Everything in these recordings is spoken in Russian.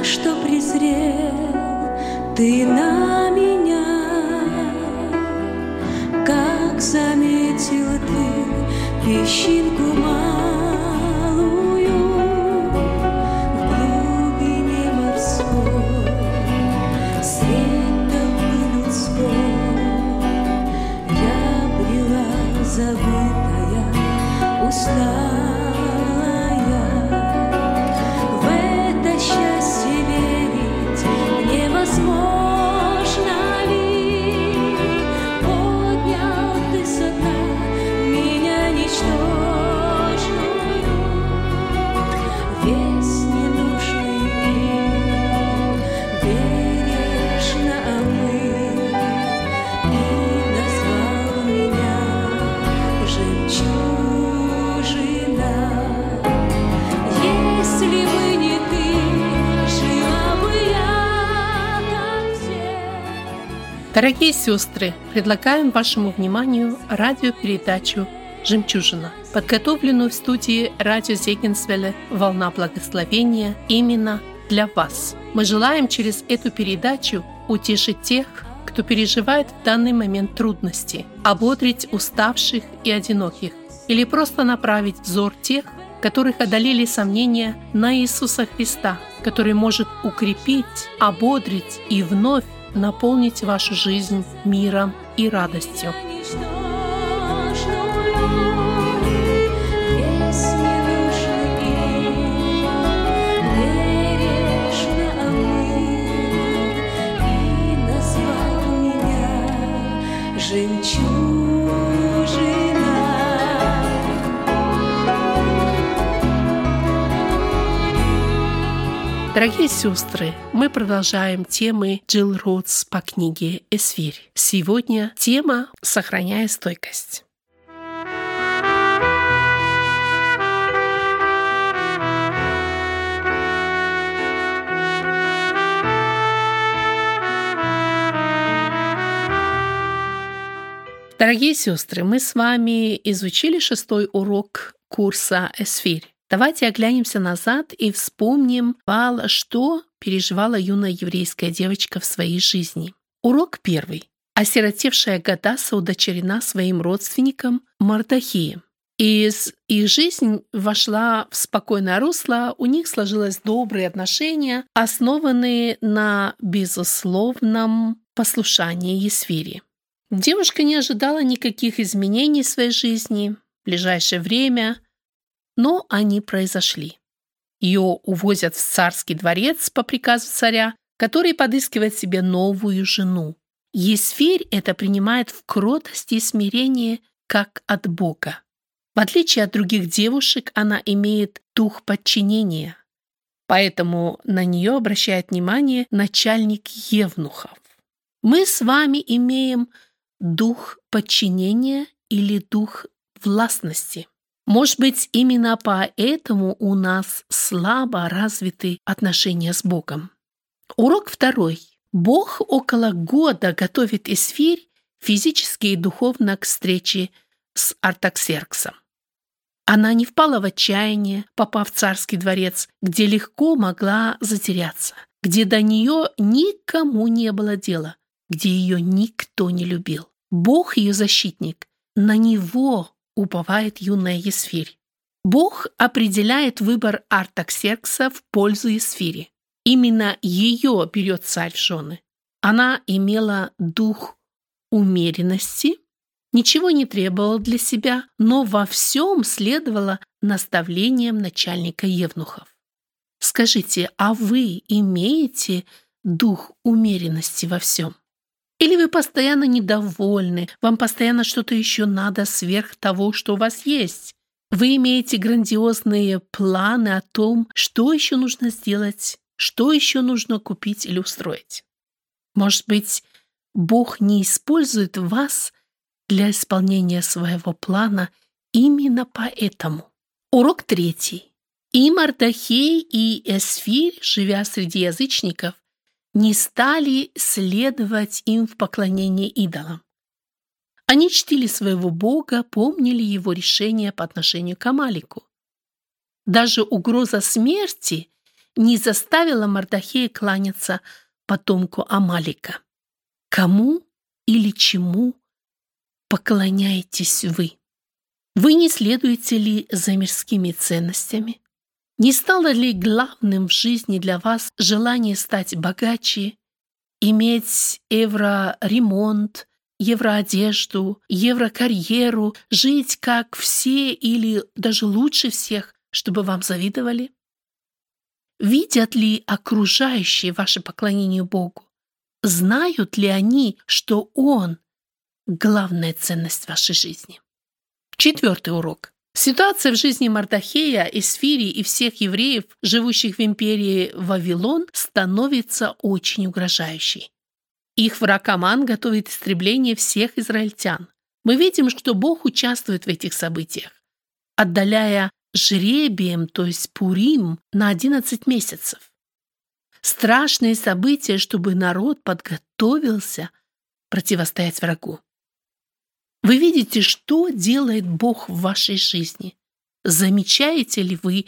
за что презрел ты на меня, как заметил ты песчинку малую в глубине морской, света людской. Я брела забытая, усталая, в это счастье верить невозможно ли? Поднял ты со дна меня ничтожную, весь ненужный мир бережно омыл и назвал меня жемчужина. Если бы не ты, жила бы я, как все. Дорогие сестры, предлагаем вашему вниманию радиопередачу «Жемчужина», подготовленную в студии радио Зегенсвелле «Волна благословения» именно для вас. Мы желаем через эту передачу утешить тех, кто переживает в данный момент трудности, ободрить уставших и одиноких, или просто направить взор тех, которых одолели сомнения, на Иисуса Христа, который может укрепить, ободрить и вновь наполнить вашу жизнь миром и радостью. Дорогие сестры, мы продолжаем темы Джилл Роудс по книге «Эсфирь». Сегодня тема «Сохраняя стойкость». Дорогие сестры, мы с вами изучили 6-й урок курса «Эсфирь». Давайте оглянемся назад и вспомним, что переживала юная еврейская девочка в своей жизни. Урок 1. Осиротевшая Гадаса удочерена своим родственником Мардохеем. Их жизнь вошла в спокойное русло, у них сложилось добрые отношения, основанные на безусловном послушании Есфири. Девушка не ожидала никаких изменений в своей жизни в ближайшее время, но они произошли. Ее увозят в царский дворец по приказу царя, который подыскивает себе новую жену. Есфирь это принимает в кротости и смирении, как от Бога. В отличие от других девушек, она имеет дух подчинения, поэтому на нее обращает внимание начальник евнухов. Мы с вами имеем дух подчинения или дух властности. Может быть, именно поэтому у нас слабо развиты отношения с Богом. Урок 2. Бог около года готовит Эсфирь физически и духовно к встрече с Артаксерксом. Она не впала в отчаяние, попав в царский дворец, где легко могла затеряться, где до нее никому не было дела, где ее никто не любил. Бог ее защитник, на него уповает юная Есфирь. Бог определяет выбор Артаксеркса в пользу Есфири. Именно ее берет царь в жены. Она имела дух умеренности, ничего не требовала для себя, но во всем следовала наставлениям начальника евнухов. Скажите, а вы имеете дух умеренности во всем? Или вы постоянно недовольны, вам постоянно что-то еще надо сверх того, что у вас есть? Вы имеете грандиозные планы о том, что еще нужно сделать, что еще нужно купить или устроить. Может быть, Бог не использует вас для исполнения своего плана именно поэтому. Урок 3. И Мардохей, и Эсфирь, живя среди язычников, не стали следовать им в поклонении идолам. Они чтили своего Бога, помнили его решение по отношению к Амалику. Даже угроза смерти не заставила Мордохея кланяться потомку Амалика. Кому или чему поклоняетесь вы? Вы не следуете ли за мирскими ценностями? Не стало ли главным в жизни для вас желание стать богаче, иметь евроремонт, евроодежду, еврокарьеру, жить как все или даже лучше всех, чтобы вам завидовали? Видят ли окружающие ваше поклонение Богу? Знают ли они, что Он – главная ценность вашей жизни? 4-й урок. Ситуация в жизни Мордохея, Эсфири и всех евреев, живущих в империи Вавилон, становится очень угрожающей. Их враг Аман готовит истребление всех израильтян. Мы видим, что Бог участвует в этих событиях, отдаляя жребием, то есть Пурим, на 11 месяцев. Страшные события, чтобы народ подготовился противостоять врагу. Вы видите, что делает Бог в вашей жизни? Замечаете ли вы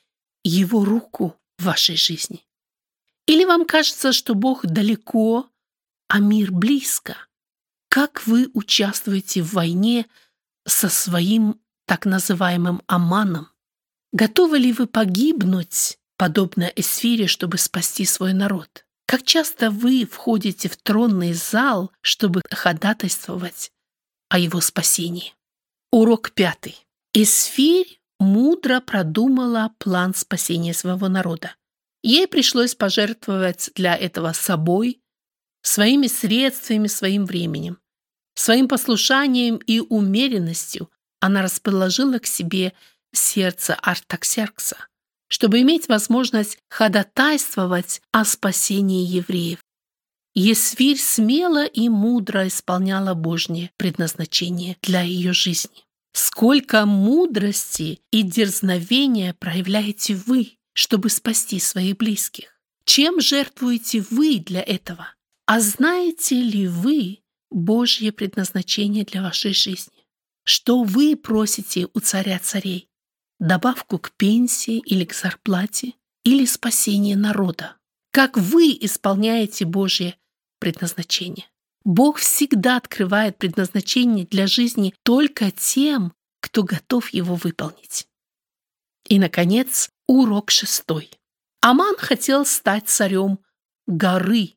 Его руку в вашей жизни? Или вам кажется, что Бог далеко, а мир близко? Как вы участвуете в войне со своим так называемым Аманом? Готовы ли вы погибнуть, подобно Эсфире, чтобы спасти свой народ? Как часто вы входите в тронный зал, чтобы ходатайствовать о его спасении? Урок 5. Эсфирь мудро продумала план спасения своего народа. Ей пришлось пожертвовать для этого собой, своими средствами, своим временем. Своим послушанием и умеренностью она расположила к себе сердце Артаксеркса, чтобы иметь возможность ходатайствовать о спасении евреев. Эсфирь смело и мудро исполняла Божье предназначение для ее жизни. Сколько мудрости и дерзновения проявляете вы, чтобы спасти своих близких? Чем жертвуете вы для этого? А знаете ли вы Божье предназначение для вашей жизни? Что вы просите у царя царей? Добавку к пенсии или к зарплате? Или спасение народа? Как вы исполняете Божье предназначение? Бог всегда открывает предназначение для жизни только тем, кто готов его выполнить. И, наконец, урок 6. Аман хотел стать царем горы,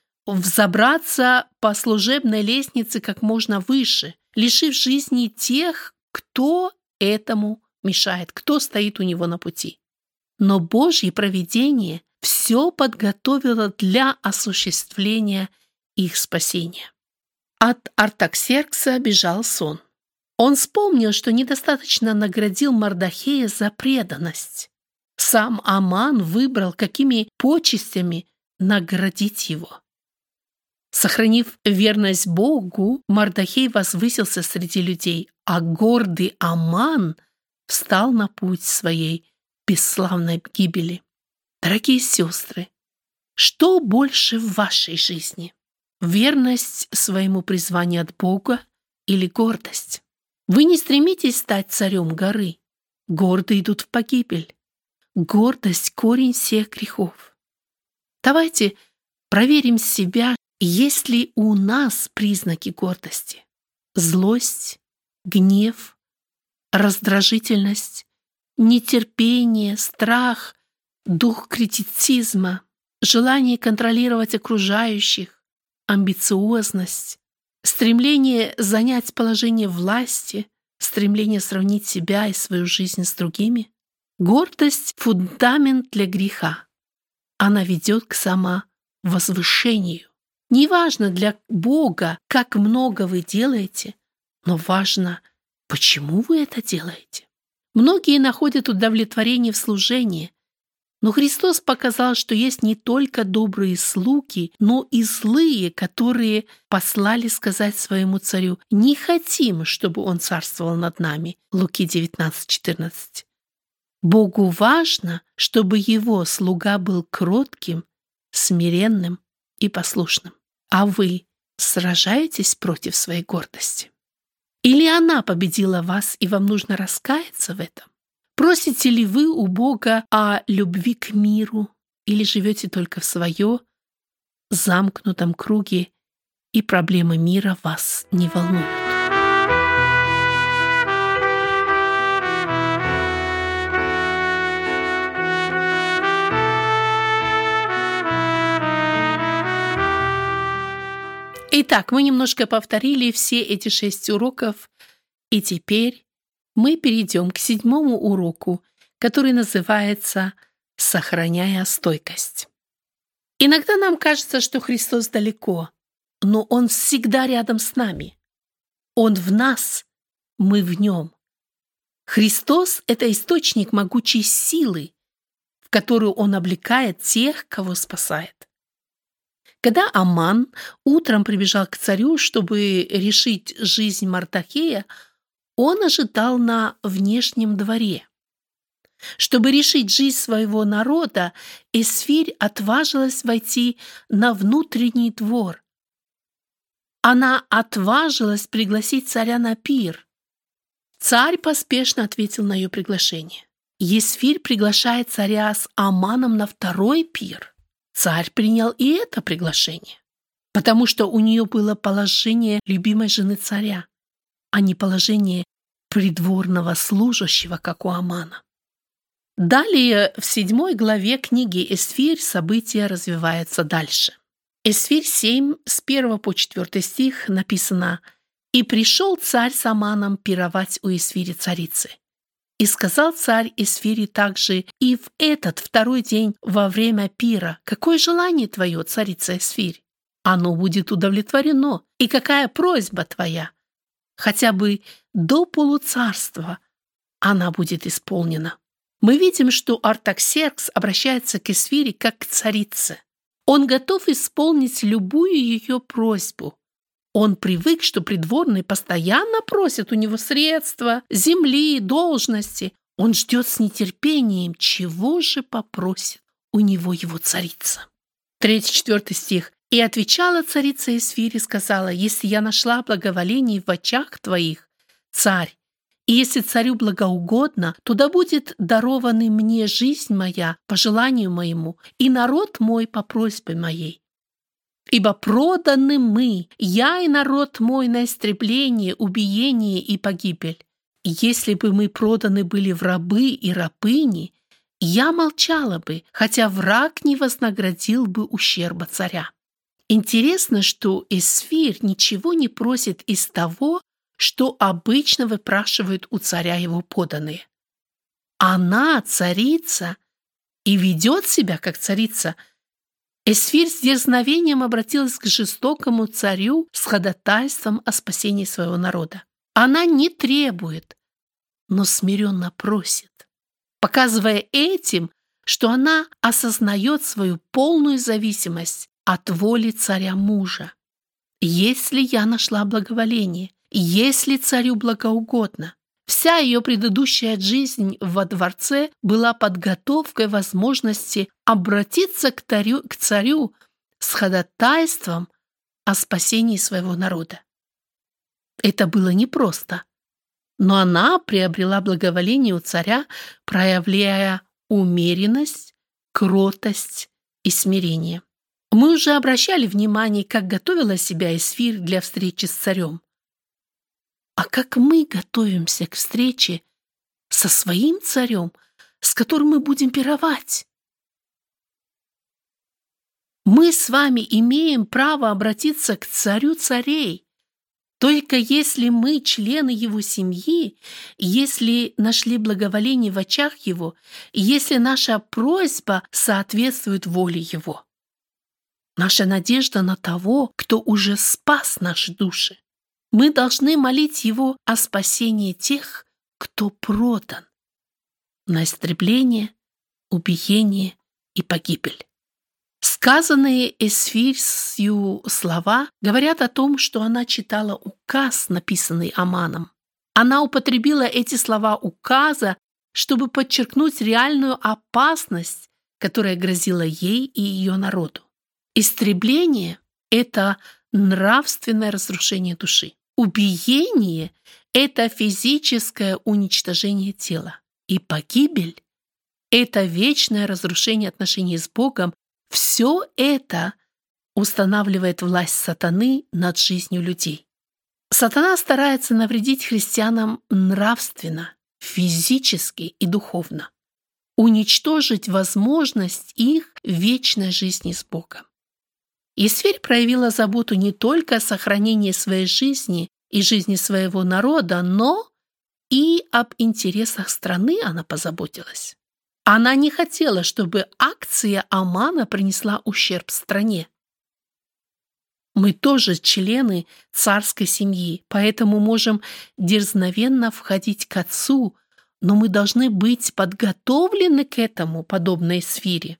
взобраться по служебной лестнице как можно выше, лишив жизни тех, кто этому мешает, кто стоит у него на пути. Но Божье провидение все подготовило для осуществления их спасения. От Артаксеркса бежал сон. Он вспомнил, что недостаточно наградил Мордохея за преданность. Сам Аман выбрал, какими почестями наградить его. Сохранив верность Богу, Мордохей возвысился среди людей, а гордый Аман встал на путь своей бесславной гибели. Дорогие сестры, что больше в вашей жизни? Верность своему призванию от Бога или гордость? Вы не стремитесь стать царем горы. Гордые идут в погибель. Гордость – корень всех грехов. Давайте проверим себя, есть ли у нас признаки гордости. Злость, гнев, раздражительность, нетерпение, страх, дух критицизма, желание контролировать окружающих, амбициозность, стремление занять положение власти, стремление сравнить себя и свою жизнь с другими. Гордость – фундамент для греха. Она ведет к самовозвышению. Неважно для Бога, как много вы делаете, но важно, почему вы это делаете. Многие находят удовлетворение в служении, но Христос показал, что есть не только добрые слуги, но и злые, которые послали сказать своему царю: «Не хотим, чтобы он царствовал над нами». Луки 19:14. Богу важно, чтобы его слуга был кротким, смиренным и послушным. А вы сражаетесь против своей гордости? Или она победила вас, и вам нужно раскаяться в этом? Просите ли вы у Бога о любви к миру, или живете только в своем замкнутом круге, и проблемы мира вас не волнуют? Итак, мы немножко повторили все эти 6 уроков, и теперь мы перейдем к 7-му уроку, который называется «Сохраняя стойкость». Иногда нам кажется, что Христос далеко, но Он всегда рядом с нами. Он в нас, мы в Нем. Христос — это источник могучей силы, в которую Он облекает тех, кого спасает. Когда Аман утром прибежал к царю, чтобы решить жизнь Мардохея, он ожидал на внешнем дворе. Чтобы решить жизнь своего народа, Эсфирь отважилась войти на внутренний двор. Она отважилась пригласить царя на пир. Царь поспешно ответил на ее приглашение. Эсфирь приглашает царя с Аманом на второй пир. Царь принял и это приглашение, потому что у нее было положение любимой жены царя, а не положение придворного служащего, как у Амана. Далее в 7 главе книги Эсфирь события развиваются дальше. Эсфирь 7, с 1 по 4 стих написано: «И пришел царь с Аманом пировать у Эсфири царицы. И сказал царь Эсфири также и в этот второй день во время пира: какое желание твое, царица Эсфирь? Оно будет удовлетворено. И какая просьба твоя? Хотя бы до полуцарства она будет исполнена». Мы видим, что Артаксеркс обращается к Эсфири как к царице. Он готов исполнить любую ее просьбу. Он привык, что придворные постоянно просят у него средства, земли, должности. Он ждет с нетерпением, чего же попросит у него его царица. 3-4 стих. «И отвечала царица Эсфирь и сказала: если я нашла благоволение в очах твоих, царь, и если царю благоугодно, то да будет дарована мне жизнь моя по желанию моему, и народ мой по просьбе моей. Ибо проданы мы, я и народ мой, на истребление, убиение и погибель. И если бы мы проданы были в рабы и рабыни, я молчала бы, хотя враг не вознаградил бы ущерба царя». Интересно, что Эсфирь ничего не просит из того, что обычно выпрашивают у царя его подданные. Она царица и ведет себя как царица. Эсфирь с дерзновением обратилась к жестокому царю с ходатайством о спасении своего народа. Она не требует, но смиренно просит, показывая этим, что она осознает свою полную зависимость от воли царя-мужа. Если я нашла благоволение, если царю благоугодно. Вся ее предыдущая жизнь во дворце была подготовкой возможности обратиться к царю с ходатайством о спасении своего народа. Это было непросто, но она приобрела благоволение у царя, проявляя умеренность, кротость и смирение. Мы уже обращали внимание, как готовила себя Эсфирь для встречи с царем. А как мы готовимся к встрече со своим царем, с которым мы будем пировать? Мы с вами имеем право обратиться к царю царей, только если мы члены его семьи, если нашли благоволение в очах его, если наша просьба соответствует воле его. Наша надежда на того, кто уже спас наши души. Мы должны молить Его о спасении тех, кто продан, на истребление, убиение и погибель. Сказанные Эсфирью слова говорят о том, что она читала указ, написанный Аманом. Она употребила эти слова указа, чтобы подчеркнуть реальную опасность, которая грозила ей и ее народу. Истребление – это нравственное разрушение души. Убиение – это физическое уничтожение тела. И погибель – это вечное разрушение отношений с Богом, все это устанавливает власть сатаны над жизнью людей. Сатана старается навредить христианам нравственно, физически и духовно, уничтожить возможность их вечной жизни с Богом. Есфирь проявила заботу не только о сохранении своей жизни и жизни своего народа, но и об интересах страны она позаботилась. Она не хотела, чтобы акция Амана принесла ущерб стране. Мы тоже члены царской семьи, поэтому можем дерзновенно входить к отцу, но мы должны быть подготовлены к этому, подобно Есфире.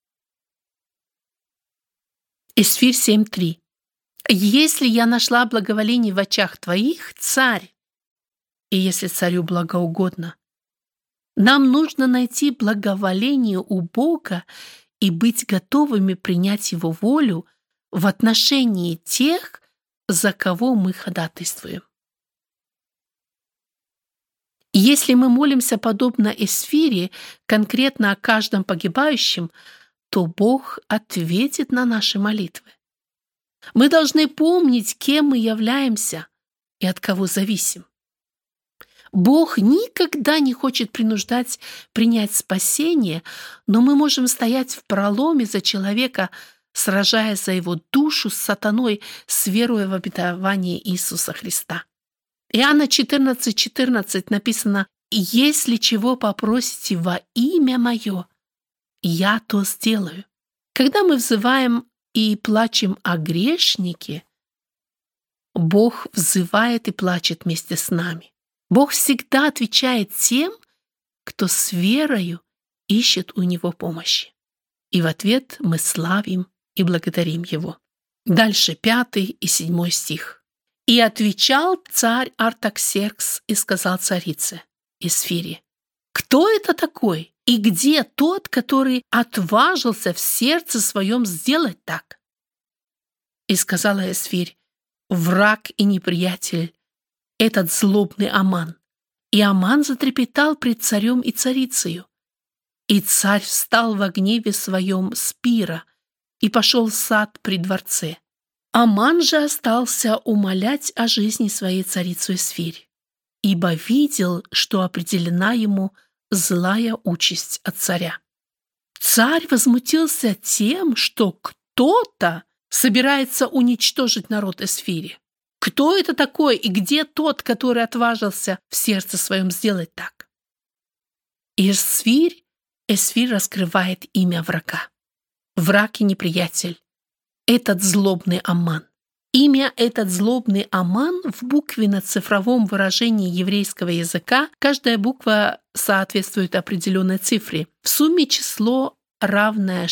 Есфирь 7:3. «Если я нашла благоволение в очах твоих, царь, и если царю благоугодно». Нам нужно найти благоволение у Бога и быть готовыми принять Его волю в отношении тех, за кого мы ходатайствуем. Если мы молимся подобно Есфире, конкретно о каждом погибающем, то Бог ответит на наши молитвы. Мы должны помнить, кем мы являемся и от кого зависим. Бог никогда не хочет принуждать принять спасение, но мы можем стоять в проломе за человека, сражаясь за его душу с сатаной, с верой в обетование Иисуса Христа. Иоанна 14:14 написано: «Если чего попросите во имя Мое, я то сделаю». Когда мы взываем и плачем о грешнике, Бог взывает и плачет вместе с нами. Бог всегда отвечает тем, кто с верою ищет у Него помощи. И в ответ мы славим и благодарим Его. Дальше 5 и 7 стих. «И отвечал царь Артаксеркс и сказал царице Есфире: кто это такой? И где тот, который отважился в сердце своем сделать так?» И сказала Есфирь: враг и неприятель, этот злобный Аман. И Аман затрепетал пред царем и царицею. И царь встал во гневе своем с пира и пошел в сад при дворце. Аман же остался умолять о жизни своей царицу Есфирь, ибо видел, что определена ему злая участь от царя. Царь возмутился тем, что кто-то собирается уничтожить народ Есфири. Кто это такой и где тот, который отважился в сердце своем сделать так? Есфирь раскрывает имя врага. Враг и неприятель. Этот злобный Аман. Имя этот злобный Аман в буквенно-цифровом выражении еврейского языка, каждая буква соответствует определенной цифре. В сумме число равное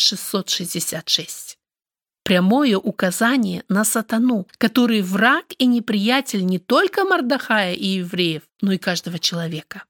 666. Прямое указание на сатану, который враг и неприятель не только Мордехая и евреев, но и каждого человека.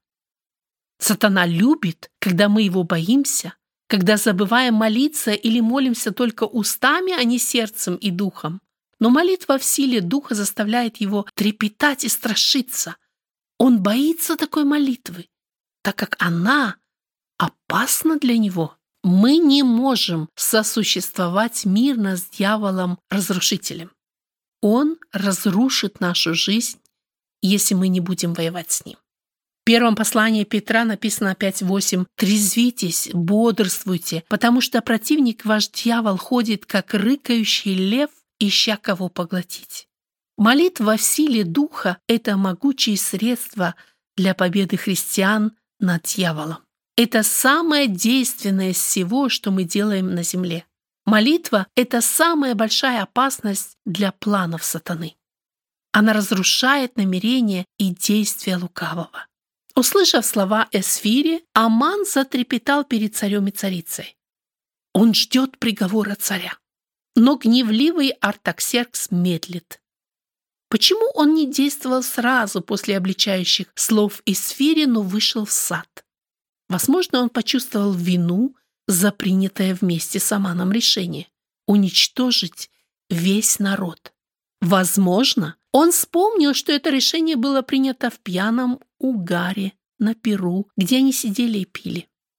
Сатана любит, когда мы его боимся, когда забываем молиться или молимся только устами, а не сердцем и духом. Но молитва в силе духа заставляет его трепетать и страшиться. Он боится такой молитвы, так как она опасна для него. Мы не можем сосуществовать мирно с дьяволом-разрушителем. Он разрушит нашу жизнь, если мы не будем воевать с ним. В первом послании Петра написано 5:8: «Трезвитесь, бодрствуйте, потому что противник ваш дьявол ходит, как рыкающий лев, ища кого поглотить». Молитва в силе духа – это могучие средства для победы христиан над дьяволом. Это самое действенное из всего, что мы делаем на земле. Молитва – это самая большая опасность для планов сатаны. Она разрушает намерения и действия лукавого. Услышав слова Есфири, Аман затрепетал перед царем и царицей. Он ждет приговора царя. Но гневливый Артаксеркс медлит. Почему он не действовал сразу после обличающих слов Есфири, но вышел в сад? Возможно, он почувствовал вину за принятое вместе с Аманом решение уничтожить весь народ. Возможно, он вспомнил, что это решение было принято в пьяном угаре на пиру, где они сидели и пили.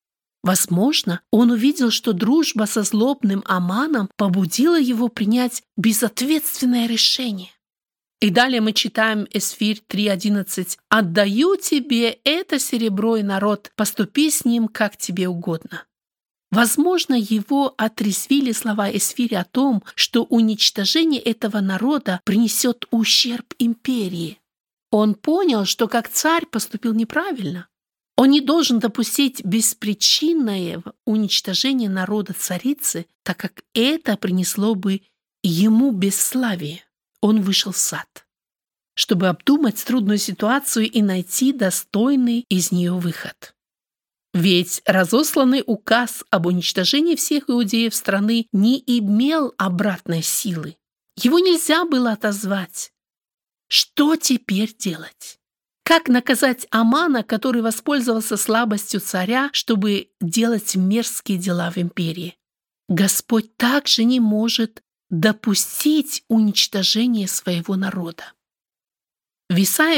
Возможно, он увидел, что дружба со злобным Аманом побудила его принять безответственное решение. И далее мы читаем Эсфирь 3:11. «Отдаю тебе это серебро и народ, поступи с ним, как тебе угодно». Возможно, его отрезвили слова Эсфиря о том, что уничтожение этого народа принесет ущерб империи. Он понял, что как царь поступил неправильно. Он не должен допустить беспричинное уничтожение народа царицы, так как это принесло бы ему бесславие. Он вышел в сад, чтобы обдумать трудную ситуацию и найти достойный из нее выход. Ведь разосланный указ об уничтожении всех иудеев страны не имел обратной силы. Его нельзя было отозвать. Что теперь делать? Как наказать Амана, который воспользовался слабостью царя, чтобы делать мерзкие дела в империи? Господь также не может допустить уничтожение своего народа. В Исайя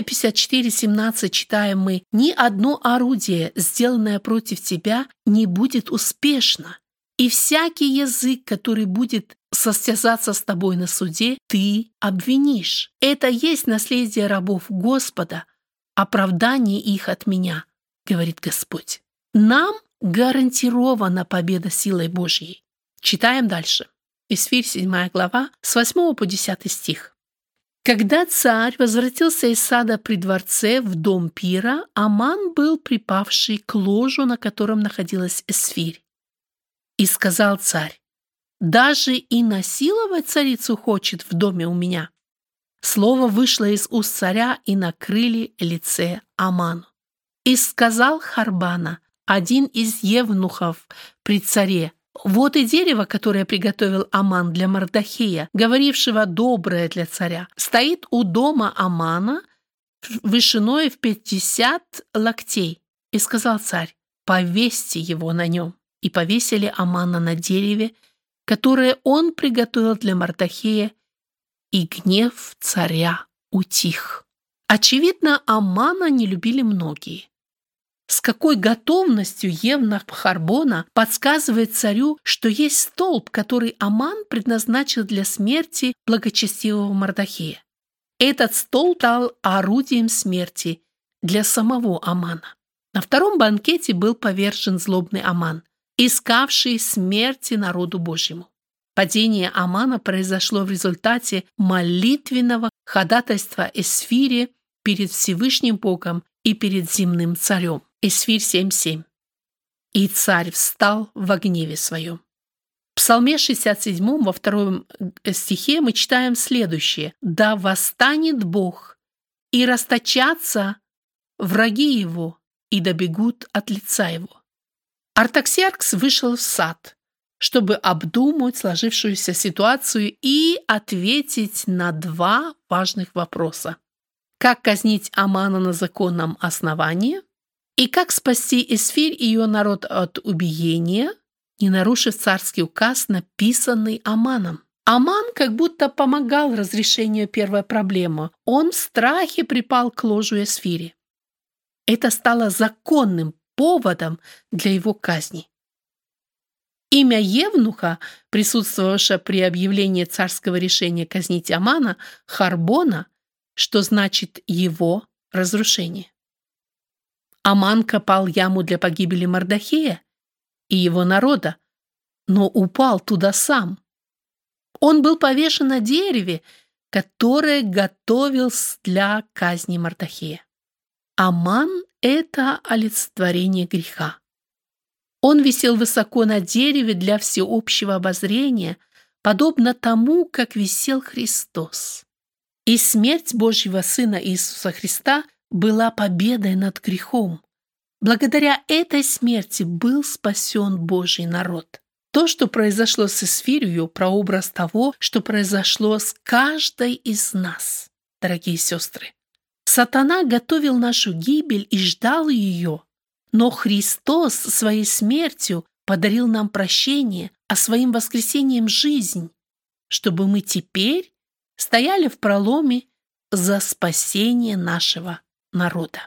54:17 читаем мы: «Ни одно орудие, сделанное против тебя, не будет успешно, и всякий язык, который будет состязаться с тобой на суде, ты обвинишь. Это есть наследие рабов Господа, оправдание их от меня, говорит Господь». Нам гарантирована победа силой Божьей. Читаем дальше. Эсфирь 7 глава, с 8 по 10 стих. Когда царь возвратился из сада при дворце в дом пира, Аман был припавший к ложу, на котором находилась Эсфирь. И сказал царь: «Даже и насиловать царицу хочет в доме у меня». Слово вышло из уст царя, и накрыли лице Аману. И сказал Харбана, один из евнухов при царе: «Вот и дерево, которое приготовил Аман для Мордохея, говорившего доброе для царя, стоит у дома Амана вышиной в 50 локтей». И сказал царь: «Повесьте его на нем». И повесили Амана на дереве, которое он приготовил для Мордохея, и гнев царя утих. Очевидно, Амана не любили многие. С какой готовностью евнух Харбона подсказывает царю, что есть столб, который Аман предназначил для смерти благочестивого Мордохея. Этот столб стал орудием смерти для самого Амана. На втором банкете был повержен злобный Аман, искавший смерти народу Божьему. Падение Амана произошло в результате молитвенного ходатайства Эсфири перед Всевышним Богом и перед земным царем. Эсфирь 7:7. «И царь встал во гневе своем». В Псалме 67 во 2 стихе мы читаем следующее: «Да восстанет Бог, и расточатся враги его, и добегут от лица его». Артаксеркс вышел в сад, чтобы обдумать сложившуюся ситуацию и ответить на два важных вопроса: как казнить Амана на законном основании, и как спасти Эсфирь и ее народ от убиения, не нарушив царский указ, написанный Аманом. Аман как будто помогал разрешению первой проблемы. Он в страхе припал к ложу Эсфири. Это стало законным поводом для его казни. Имя евнуха, присутствовавшего при объявлении царского решения казнить Амана, Харбона, что значит «его разрушение». Аман копал яму для погибели Мордохея и его народа, но упал туда сам. Он был повешен на дереве, которое готовилось для казни Мордохея. Аман — это олицетворение греха. Он висел высоко на дереве для всеобщего обозрения, подобно тому, как висел Христос. И смерть Божьего Сына Иисуса Христа была победой над грехом. Благодаря этой смерти был спасен Божий народ. То, что произошло с Эсфирью, прообраз того, что произошло с каждой из нас, дорогие сестры. Сатана готовил нашу гибель и ждал ее, но Христос своей смертью подарил нам прощение, а своим воскресением жизнь, чтобы мы теперь стояли в проломе за спасение нашего народа.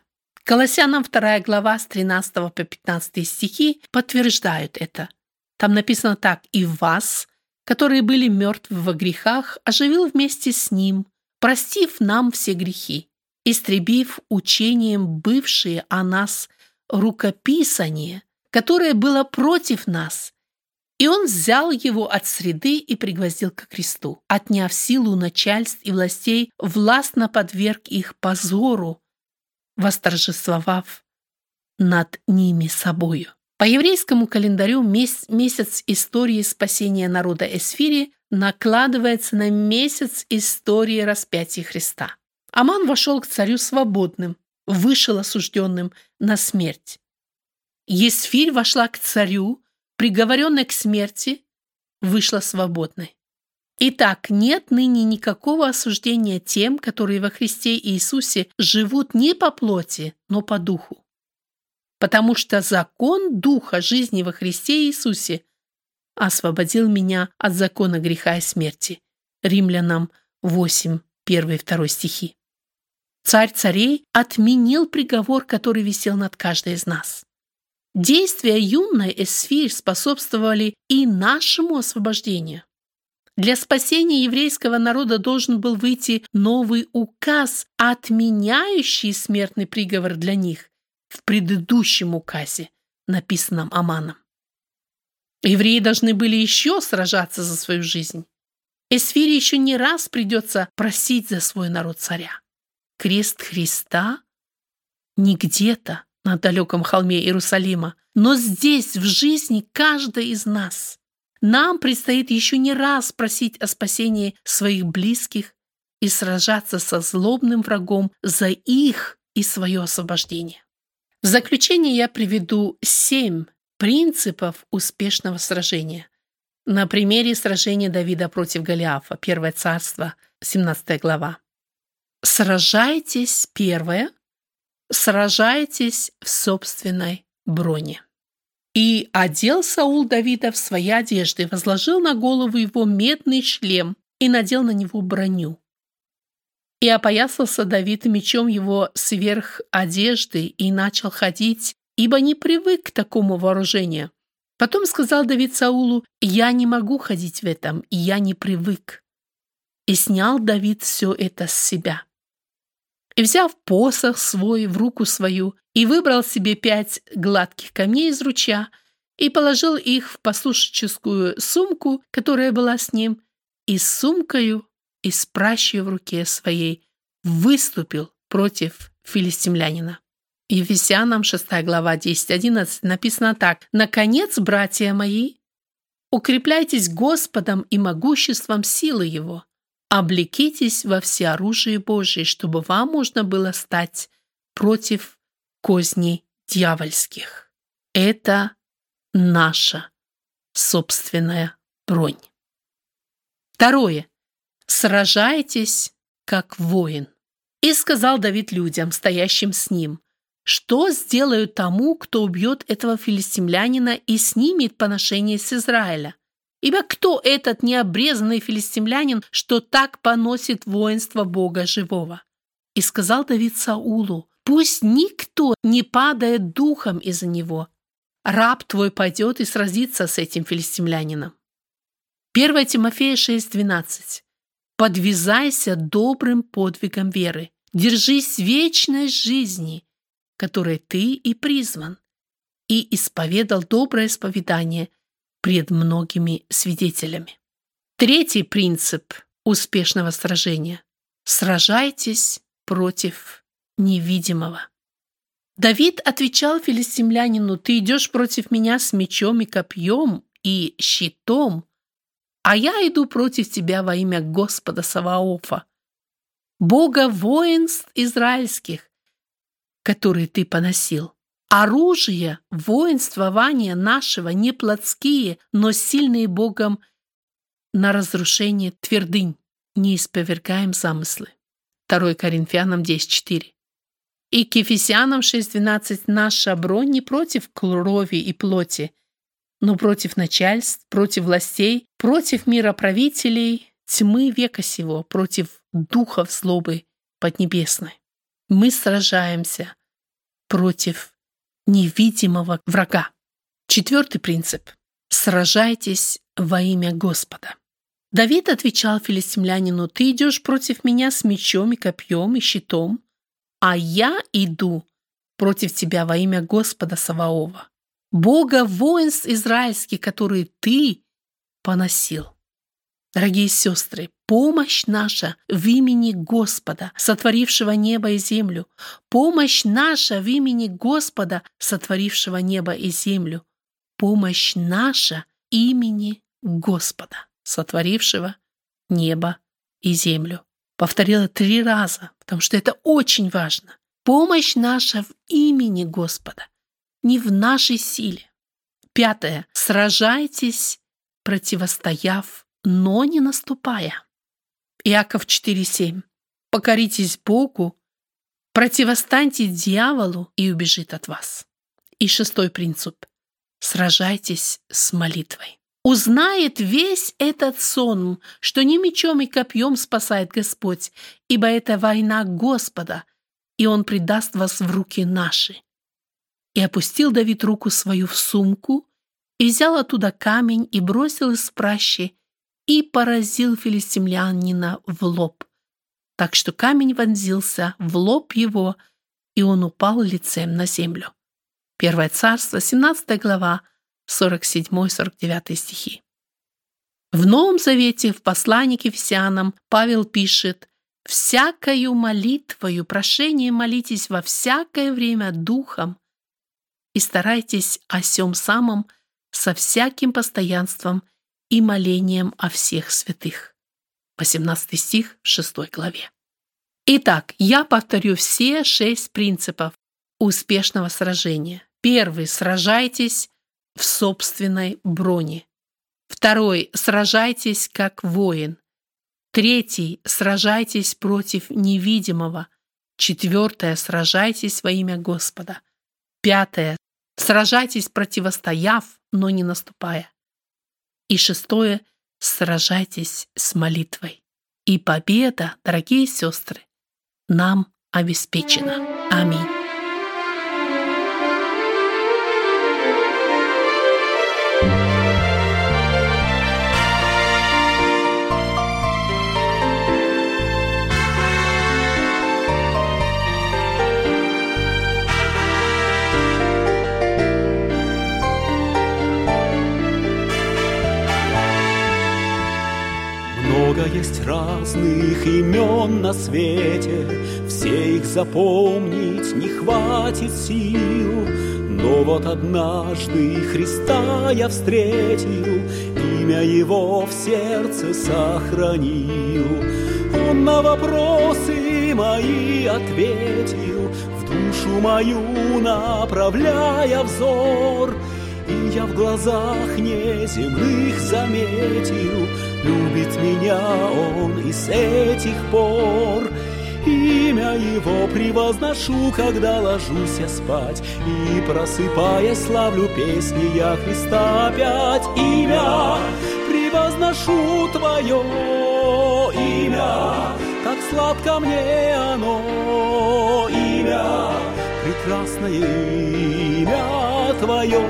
Колоссянам 2 глава с 13 по 15 стихи подтверждают это. Там написано так: «И вас, которые были мертвы во грехах, оживил вместе с Ним, простив нам все грехи, истребив учением бывшие о нас рукописание, которое было против нас. И Он взял его от среды и пригвоздил ко кресту, отняв силу начальств и властей, властно подверг их позору, восторжествовав над ними собою». По еврейскому календарю месяц истории спасения народа Эсфири накладывается на месяц истории распятия Христа. Аман вошел к царю свободным, вышел осужденным на смерть. Есфирь вошла к царю, приговоренной к смерти, вышла свободной. Итак, нет ныне никакого осуждения тем, которые во Христе Иисусе живут не по плоти, но по духу. Потому что закон Духа жизни во Христе Иисусе освободил меня от закона греха и смерти. Римлянам 8, 1-2 стихи. Царь царей отменил приговор, который висел над каждой из нас. Действия юной Эсфирь способствовали и нашему освобождению. Для спасения еврейского народа должен был выйти новый указ, отменяющий смертный приговор для них в предыдущем указе, написанном Аманом. Евреи должны были еще сражаться за свою жизнь. Эсфире еще не раз придется просить за свой народ царя. Крест Христа не где-то на далеком холме Иерусалима, но здесь, в жизни каждой из нас. Нам предстоит еще не раз просить о спасении своих близких и сражаться со злобным врагом за их и свое освобождение. В заключение я приведу 7 принципов успешного сражения. На примере сражения Давида против Голиафа, 1 Царство, 17 глава. Сражайтесь, первое, сражайтесь в собственной броне. «И одел Саул Давида в свои одежды, возложил на голову его медный шлем и надел на него броню. И опоясался Давид мечом его сверх одежды и начал ходить, ибо не привык к такому вооружению. Потом сказал Давид Саулу: «Я не могу ходить в этом, и я не привык». И снял Давид все это с себя. И, взяв посох свой в руку свою, и выбрал себе 5 гладких камней из ручья, и положил их в послушническую сумку, которая была с ним, и с сумкою, и с пращей в руке своей выступил против филистимлянина. Ефесянам 6 глава 10-11 написано так: «Наконец, братья мои, укрепляйтесь Господом и могуществом силы Его. Облекитесь во всеоружие Божие, чтобы вам можно было стать против козней дьявольских». Это наша собственная бронь. Второе. Сражайтесь, как воин. И сказал Давид людям, стоящим с ним: «Что сделаю тому, кто убьет этого филистимлянина и снимет поношение с Израиля? Ибо кто этот необрезанный филистимлянин, что так поносит воинство Бога живого?» И сказал Давид Саулу: «Пусть никто не падает духом из-за него. Раб твой пойдет и сразится с этим филистимлянином». 1 Тимофея 6:12. «Подвязайся добрым подвигом веры, держись вечной жизни, которой ты и призван, и исповедал доброе исповедание пред многими свидетелями». Третий принцип успешного сражения. Сражайтесь против невидимого. Давид отвечал филистимлянину: «Ты идешь против меня с мечом и копьем и щитом, а я иду против тебя во имя Господа Саваофа, Бога воинств израильских, который ты поносил. Оружие воинствования нашего не плотские, но сильные Богом на разрушение твердынь. Не исповергаем замыслы». 2 Коринфянам 10:4. И к Ефесянам 6:12: «Наша бронь не против крови и плоти, но против начальств, против властей, против мироправителей тьмы века сего, против духов злобы поднебесной». Мы сражаемся против невидимого врага. 4 принцип. Сражайтесь во имя Господа. Давид отвечал филистимлянину: «Ты идешь против меня с мечом и копьем и щитом, а я иду против тебя во имя Господа Саваофа, Бога воинств израильских, которые ты поносил». Дорогие сестры, помощь наша в имени Господа, сотворившего небо и землю. Помощь наша в имени Господа, сотворившего небо и землю. Помощь наша имени Господа, сотворившего небо и землю. Повторила 3 раза, потому что это очень важно. Помощь наша в имени Господа, не в нашей силе. 5. Сражайтесь, противостояв, но не наступая. Иаков 4:7. Покоритесь Богу, противостаньте дьяволу, и убежит от вас. И 6 принцип. Сражайтесь с молитвой. Узнает весь этот сон, что не мечом и копьем спасает Господь, ибо это война Господа, и Он предаст вас в руки наши. И опустил Давид руку свою в сумку, и взял оттуда камень, и бросил из пращи, и поразил филистимлянина в лоб, так что камень вонзился в лоб его, и он упал лицем на землю. 1 Царство, 17 глава, 47-49 стихи. В Новом Завете, в послании к Ефесянам, Павел пишет: «Всякою молитвою, прошением молитесь во всякое время духом, и старайтесь о сем самом со всяким постоянством и молением о всех святых». 18 стих в 6 главе. Итак, я повторю все 6 принципов успешного сражения. 1. Сражайтесь в собственной броне. 2. Сражайтесь как воин. 3. Сражайтесь против невидимого. 4. Сражайтесь во имя Господа. 5. Сражайтесь, противостояв, но не наступая. И 6. Сражайтесь с молитвой. И победа, дорогие сестры, нам обеспечена. Аминь. Много есть разных имен на свете, все их запомнить не хватит сил. Но вот однажды Христа я встретил, имя Его в сердце сохранил. Он на вопросы мои ответил, в душу мою направляя взор. И я в глазах неземных заметил, любит меня Он и с этих пор. Имя Его превозношу, когда ложусь я спать, и просыпаясь славлю песни я Христа опять. Имя превозношу Твое, имя, так сладко мне оно, имя, прекрасное имя Твое.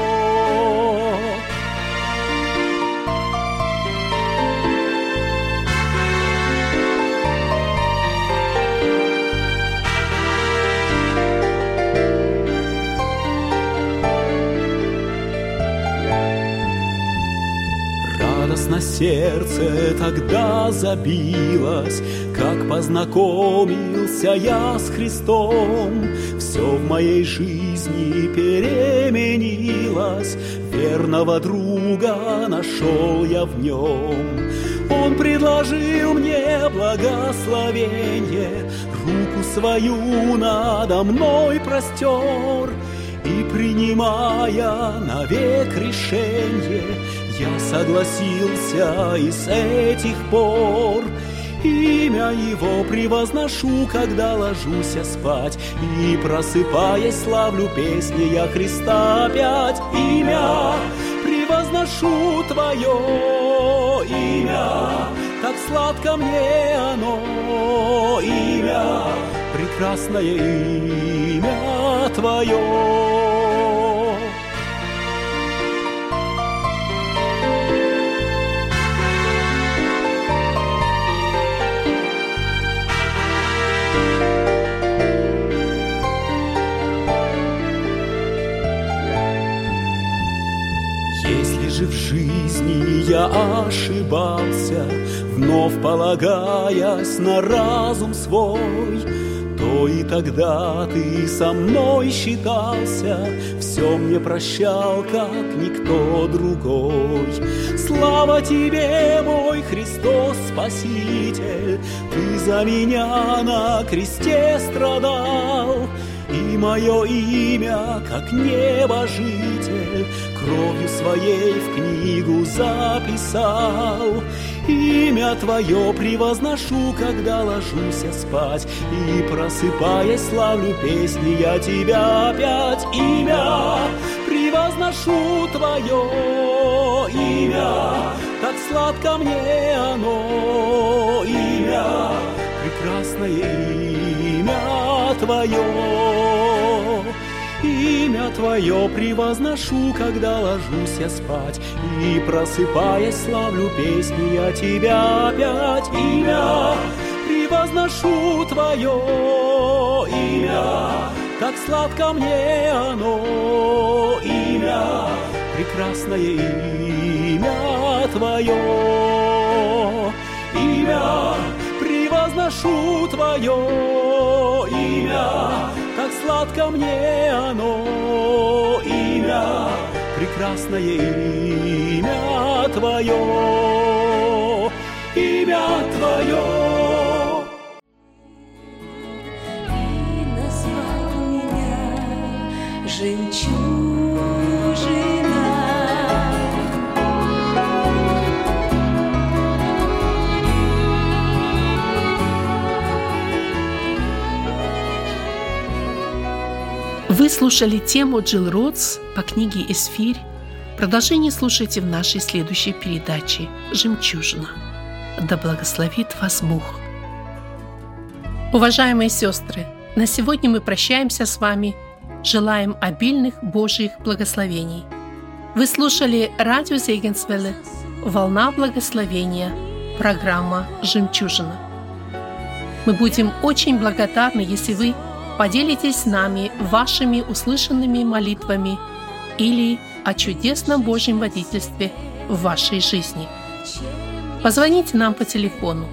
На сердце тогда забилось, как познакомился я с Христом. Все в моей жизни переменилось, верного друга нашел я в нем. Он предложил мне благословение, руку свою надо мной простер. И принимая навек решение, я согласился, и с этих пор имя Его превозношу, когда ложусь я спать, и просыпаясь славлю песни я Христа опять. Имя превозношу Твое, имя, так сладко мне оно, имя, прекрасное имя Твое. Твое. Если же в жизни я ошибался, вновь полагаясь на разум свой, то и тогда Ты со мной считался, все мне прощал, как никто другой. Слава Тебе, мой Христос Спаситель, Ты за меня на кресте страдал, и мое имя, как небожитель, кровью Своей в книгу записал. Имя Твое превозношу, когда ложусь я спать, и, просыпаясь, славлю песни я Тебя опять. Имя превозношу Твое, имя, как сладко мне оно, имя, прекрасное имя Твое. Имя Твое превозношу, когда ложусь я спать, и, просыпаясь, славлю песни я Тебя опять. Имя превозношу Твое, имя, как сладко мне оно, имя, прекрасное имя Твое. Имя превозношу Твое, имя, как сладко мне оно, имя, прекрасное имя Твое, имя Твое. И назвал меня жемчужина. Вы слушали тему Джилл Ротс по книге «Эсфирь». Продолжение слушайте в нашей следующей передаче «Жемчужина». Да благословит вас Бог. Уважаемые сестры, на сегодня мы прощаемся с вами. Желаем обильных Божьих благословений. Вы слушали радио Зегенсвелле «Волна благословения», программа «Жемчужина». Мы будем очень благодарны, если вы поделитесь с нами вашими услышанными молитвами или о чудесном Божьем водительстве в вашей жизни. Позвоните нам по телефону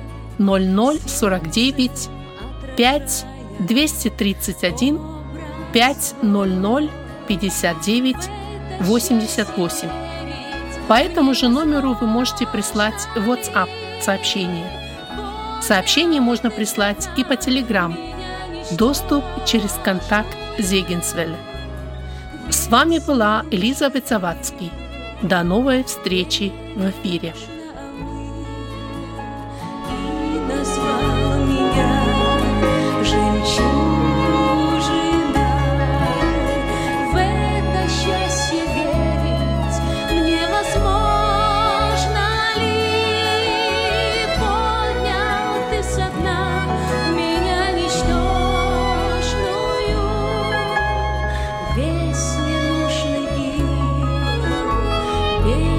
0049 5 231 500 59 88. По этому же номеру вы можете прислать WhatsApp сообщение. Сообщение можно прислать и по Telegram. Доступ через контакт Зегенсвелле. С вами была Элизабет Завадский. До новой встречи в эфире. И назвал меня жемчужиной. В это счастье верить мне возможно ли? Поднял Ты со дна меня ничтожную, весь ненужный им.